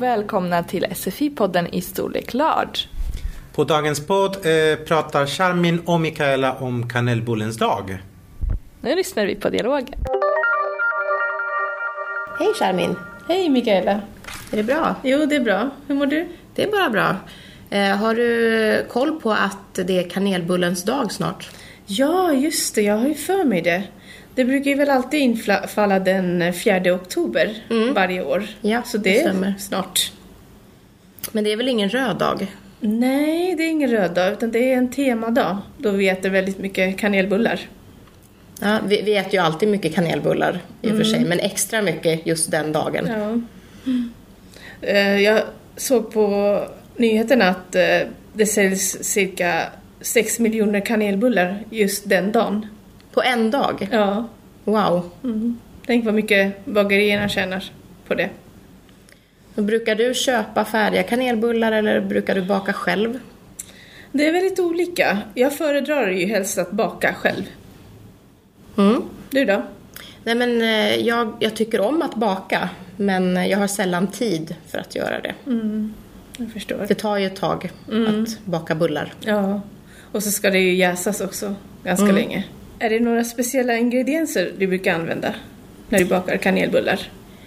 välkomna till SFI-podden i storlek large. På dagens podd pratar Charmin och Mikaela om kanelbullens dag. Nu lyssnar vi på dialogen. Hej Charmin. Hej Mikaela. Är det bra? Jo, det är bra. Hur mår du? Det är bara bra. Har du koll på att det är kanelbullens dag snart? Ja, just det. Jag har ju för mig det. Det brukar ju väl alltid infalla den 4 oktober varje år. Ja, så det stämmer. är snart. Men det är väl ingen röd dag? Nej, det är ingen röd dag, utan det är en temadag. Då vi äter väldigt mycket kanelbullar. Ja, vi äter ju alltid mycket kanelbullar i och för sig, men extra mycket just den dagen. Ja. Jag såg på nyheterna att det säljs cirka 6 miljoner kanelbullar just den dagen. På en dag? Ja. Wow. Tänk vad mycket bagerierna tjänar på det. Och brukar du köpa färdiga kanelbullar eller brukar du baka själv? Det är väldigt olika. Jag föredrar ju helst att baka själv. Du då? Nej, men jag tycker om att baka, men jag har sällan tid för att göra det. Jag förstår. Det tar ju ett tag att baka bullar. Ja, och så ska det ju jäsas också ganska länge. Är det några speciella ingredienser du brukar använda när du bakar kanelbullar?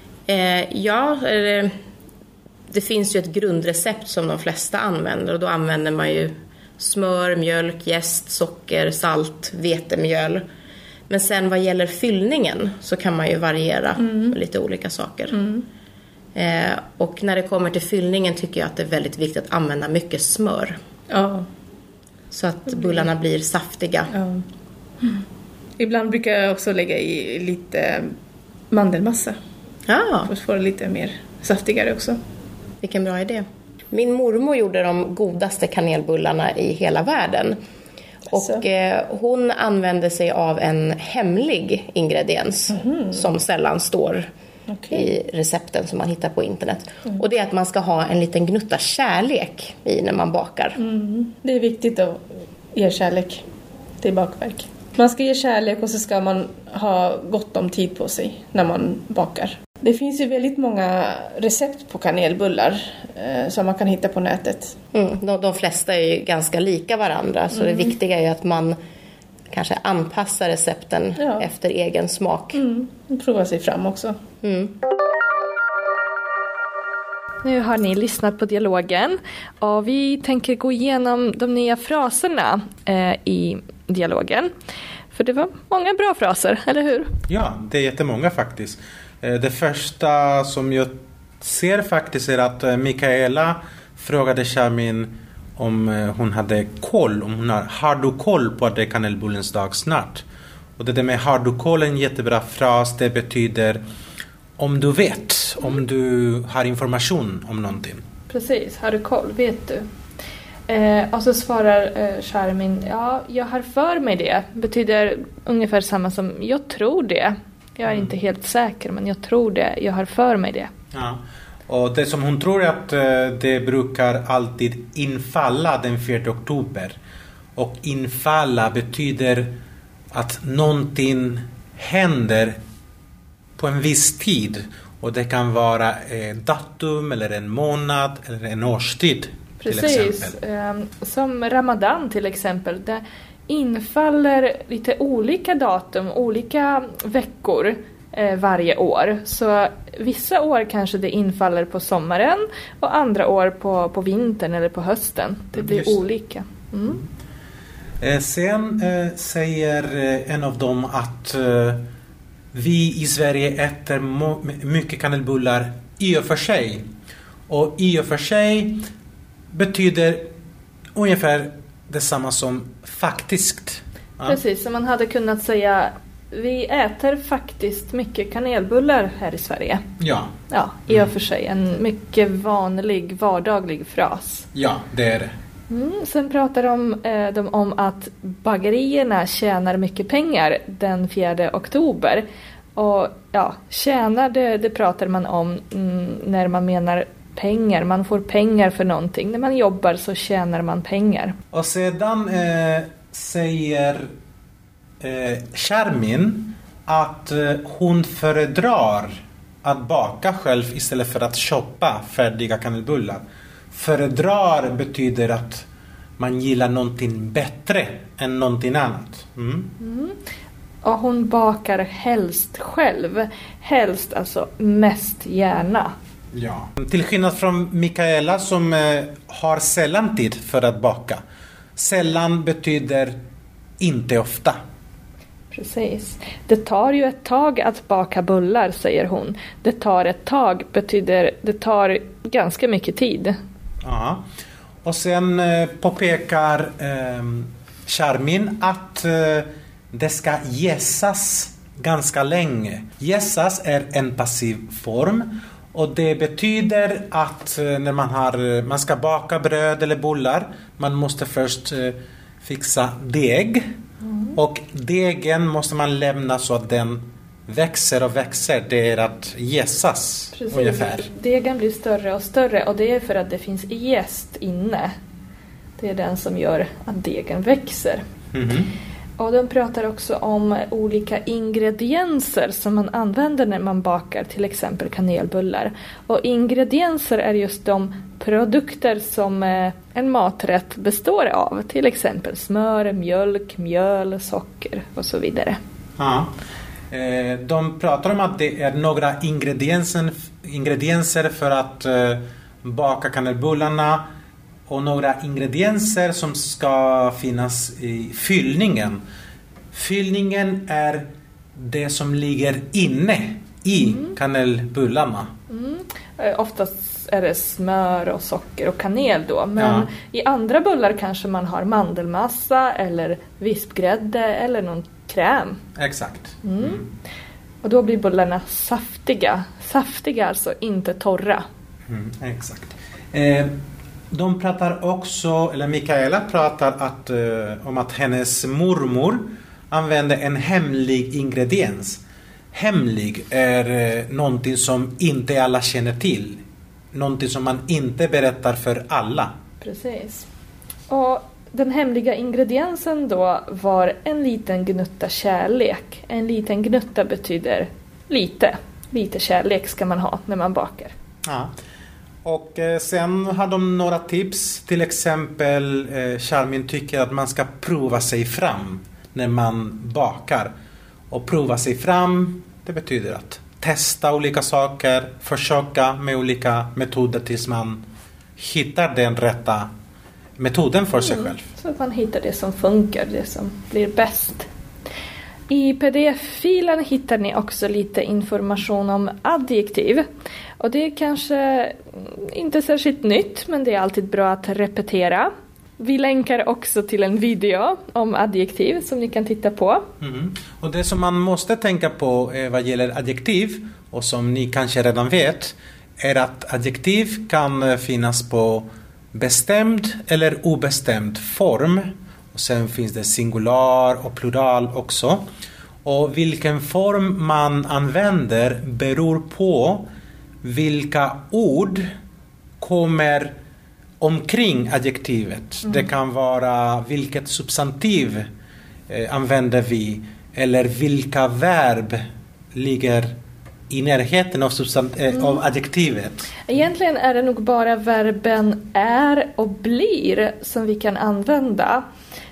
Det finns ju ett grundrecept som de flesta använder, och då använder man ju smör, mjölk, jäst, socker, salt, vetemjöl. Men sen vad gäller fyllningen så kan man ju variera med lite olika saker. Och när det kommer till fyllningen tycker jag att det är väldigt viktigt att använda mycket smör. Ja. Så att bullarna blir saftiga. Ja. Ibland brukar jag också lägga i lite mandelmassa. Ja, För att få det lite mer saftigare också. vilken bra idé. Min mormor gjorde de godaste kanelbullarna i hela världen. Och hon använde sig av en hemlig ingrediens som sällan står i recepten som man hittar på internet. Och det är att man ska ha en liten gnutta kärlek i när man bakar. Det är viktigt att ge kärlek till bakverk. Man ska ge kärlek och så ska man ha gott om tid på sig när man bakar. Det finns ju väldigt många recept på kanelbullar som man kan hitta på nätet. De flesta är ju ganska lika varandra, så det viktiga är att man kanske anpassar recepten efter egen smak. Prova sig fram också. Nu har ni lyssnat på dialogen och vi tänker gå igenom de nya fraserna i dialogen. För det var många bra fraser, eller hur? Ja, det är jättemånga faktiskt. Det första som jag ser faktiskt är att Mikaela frågade Charmin om hon hade koll. Om hon har du koll på att det är kanelbullens dag snart? Och det där med har du koll är en jättebra fras. Det betyder om du vet, om du har information om någonting. Precis, har du koll, vet du? Och så svarar Charmin, ja, jag har för mig det. Betyder ungefär samma som jag tror det. Jag är inte helt säker, men jag tror det. Jag har för mig det. Ja. Och det som hon tror är att det brukar alltid infalla den 4 oktober. Och infalla betyder att någonting händer på en viss tid. Och det kan vara datum eller en månad eller en årstid. Precis, som Ramadan till exempel. Det infaller lite olika datum, olika veckor varje år. Så vissa år kanske det infaller på sommaren och andra år på vintern eller på hösten. Det blir olika. Sen säger en av dem att vi i Sverige äter mycket kanelbullar i och för sig. Och i och för sig betyder ungefär detsamma som faktiskt. Ja. Precis, så man hade kunnat säga vi äter faktiskt mycket kanelbullar här i Sverige. Ja. Ja, i och för sig. En mycket vanlig, vardaglig fras. Ja, det är det. Sen pratar de om att bagerierna tjänar mycket pengar den 4 oktober. Och ja, tjänar det pratar man om när man menar pengar. Man får pengar för någonting. När man jobbar så tjänar man pengar. Och sedan säger Charmin att hon föredrar att baka själv istället för att shoppa färdiga kanelbullar. Föredrar betyder att man gillar någonting bättre än någonting annat. Och hon bakar helst själv. Helst alltså mest gärna. Ja. Till skillnad från Mikaela som har sällan tid för att baka. Sällan betyder inte ofta. Precis. Det tar ju ett tag att baka bullar, säger hon. Det tar ett tag betyder det tar ganska mycket tid. Ja. Och sen påpekar Charmin att det ska jäsas ganska länge. Jäsas är en passiv form. Och det betyder att när man ska baka bröd eller bullar, man måste först fixa deg. Och degen måste man lämna så att den växer och växer. Det är att jäsas. Precis. Ungefär. Degen blir större och större och det är för att det finns jäst inne. Det är den som gör att degen växer. Och de pratar också om olika ingredienser som man använder när man bakar till exempel kanelbullar. Och ingredienser är just de produkter som en maträtt består av. Till exempel smör, mjölk, mjöl, socker och så vidare. Ja. De pratar om att det är några ingredienser för att baka kanelbullarna. Och några ingredienser som ska finnas i fyllningen. Fyllningen är det som ligger inne i kanelbullarna. Oftast är det smör och socker och kanel då. Men i andra bullar kanske man har mandelmassa eller vispgrädde eller någon kräm. Exakt. Och då blir bullarna saftiga. Saftiga alltså, inte torra. Exakt. De pratar också, eller Mikaela pratar om att hennes mormor använde en hemlig ingrediens. Hemlig är någonting som inte alla känner till. Någonting som man inte berättar för alla. Precis. Och den hemliga ingrediensen då var en liten gnutta kärlek. En liten gnutta betyder lite. Lite kärlek ska man ha när man bakar. Ja. Och sen har de några tips. Till exempel Charmin tycker att man ska prova sig fram när man bakar. Och prova sig fram, det betyder att testa olika saker. Försöka med olika metoder tills man hittar den rätta metoden för sig själv. Så att man hittar det som funkar, det som blir bäst. I pdf-filen hittar ni också lite information om adjektiv. Och det är kanske inte särskilt nytt, men det är alltid bra att repetera. Vi länkar också till en video om adjektiv som ni kan titta på. Och det som man måste tänka på vad gäller adjektiv, och som ni kanske redan vet, är att adjektiv kan finnas på bestämd eller obestämd form. Och sen finns det singular och plural också. Och vilken form man använder beror på vilka ord kommer omkring adjektivet. Det kan vara vilket substantiv använder vi, eller vilka verb ligger i närheten av adjektivet. Egentligen är det nog bara verben är och blir som vi kan använda.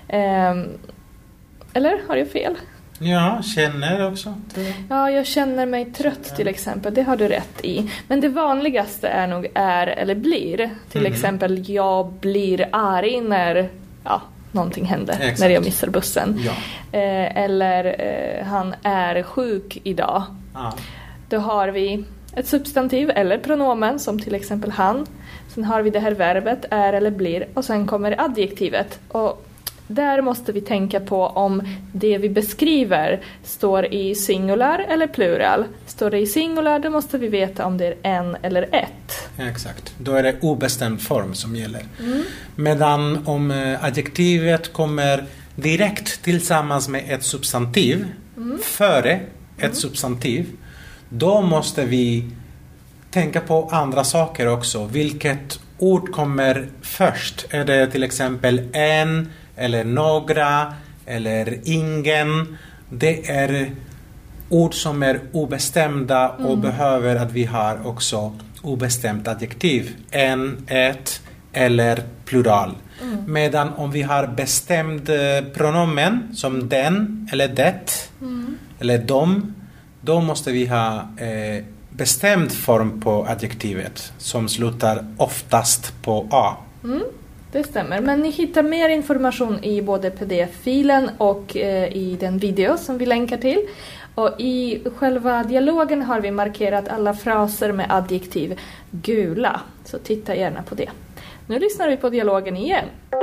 Eller har jag fel? Ja, känner också. Ja, jag känner mig trött till exempel. Det har du rätt i. Men det vanligaste är nog är eller blir. Till exempel jag blir arg när någonting händer. Exakt. När jag missar bussen. Ja. Eller han är sjuk idag. Ja. Då har vi ett substantiv eller pronomen som till exempel han. Sen har vi det här verbet är eller blir. Och sen kommer adjektivet. Och där måste vi tänka på om det vi beskriver står i singular eller plural. Står det i singular, då måste vi veta om det är en eller ett. Exakt, då är det obestämd form som gäller. Medan om adjektivet kommer direkt tillsammans med ett substantiv, före ett substantiv, då måste vi tänka på andra saker också. Vilket ord kommer först? Är det till exempel en, eller några, eller ingen? Det är ord som är obestämda och behöver att vi har också obestämt adjektiv. En, ett eller plural. Medan om vi har bestämd pronomen som den eller det eller dom, då måste vi ha bestämd form på adjektivet som slutar oftast på A. Det stämmer, men ni hittar mer information i både pdf-filen och i den video som vi länkar till. Och i själva dialogen har vi markerat alla fraser med adjektiv gula, så titta gärna på det. Nu lyssnar vi på dialogen igen.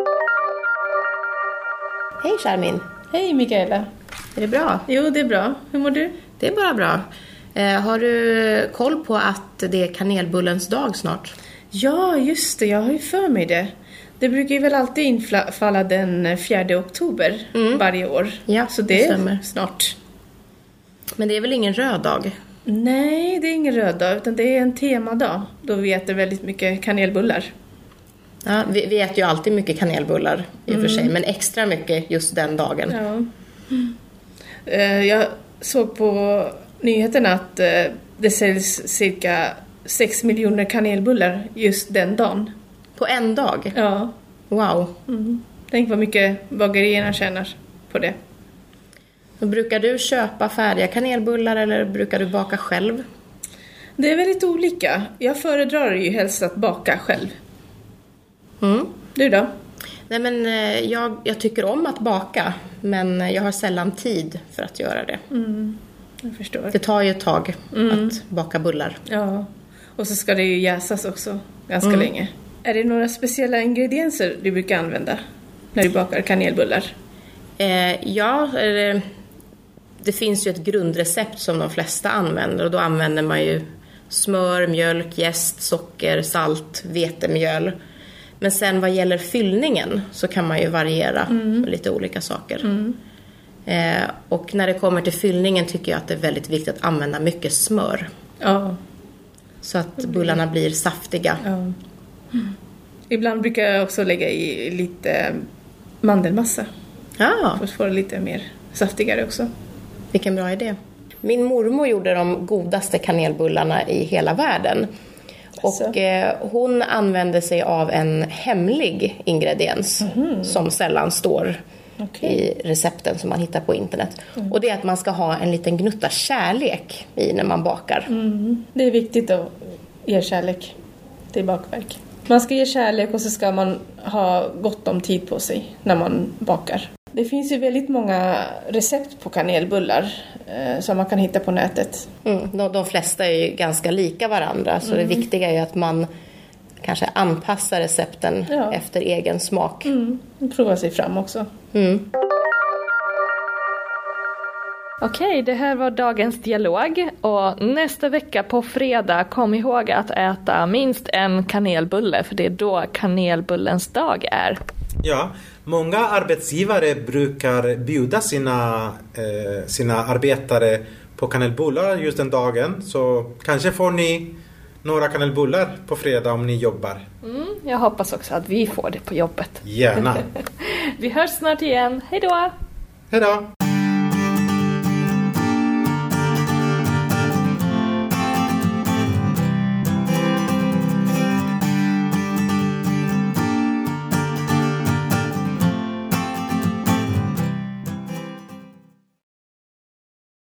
Hej Charmin, Hej Mikaela. är det bra? Jo, det är bra. Hur mår du? Det är bara bra. Har du koll på att det är kanelbullens dag snart? Ja, just det. Jag har ju för mig det. Det brukar ju väl alltid infalla den 4 oktober varje år. Ja, så det det är stämmer. snart. Men det är väl ingen röd dag? Nej, det är ingen röd dag, utan det är en temadag. Då vi äter väldigt mycket kanelbullar. Ja, vi äter ju alltid mycket kanelbullar i och för sig, men extra mycket just den dagen. Ja. Jag såg på nyheterna att det säljs cirka 6 miljoner kanelbullar just den dagen. På en dag? Ja. Wow. Tänk vad mycket bagerierna tjänar på det. Och brukar du köpa färdiga kanelbullar eller brukar du baka själv? Det är väldigt olika. Jag föredrar ju helst att baka själv. Du då? Nej, men jag tycker om att baka, men jag har sällan tid för att göra det. Jag förstår. Det tar ju ett tag att baka bullar. Ja. Och så ska det ju jäsas också ganska länge. Är det några speciella ingredienser du brukar använda när du bakar kanelbullar? Ja, det finns ju ett grundrecept som de flesta använder och då använder man ju smör, mjölk, jäst, socker, salt, vetemjöl. Men sen vad gäller fyllningen så kan man ju variera med lite olika saker. Och när det kommer till fyllningen tycker jag att det är väldigt viktigt att använda mycket smör. Ja. Så att bullarna blir saftiga. Ja. Ibland brukar jag också lägga i lite mandelmassa. Ja, För att få det lite mer saftigare också. vilken bra idé. Min mormor gjorde de godaste kanelbullarna i hela världen. Alltså. Och hon använde sig av en hemlig ingrediens som sällan står i recepten som man hittar på internet. Och det är att man ska ha en liten gnutta kärlek i när man bakar. Det är viktigt att ge kärlek till bakverk. Man ska ge kärlek och så ska man ha gott om tid på sig när man bakar. Det finns ju väldigt många recept på kanelbullar som man kan hitta på nätet. De flesta är ju ganska lika varandra, så det viktiga är att man kanske anpassar recepten efter egen smak. Prova sig fram också. Okej, det här var dagens dialog och nästa vecka på fredag kom ihåg att äta minst en kanelbulle för det är då kanelbullens dag är. Ja, många arbetsgivare brukar bjuda sina arbetare på kanelbullar just den dagen. Så kanske får ni några kanelbullar på fredag om ni jobbar. Jag hoppas också att vi får det på jobbet. Gärna. Vi hörs snart igen. Hej då! Hej då!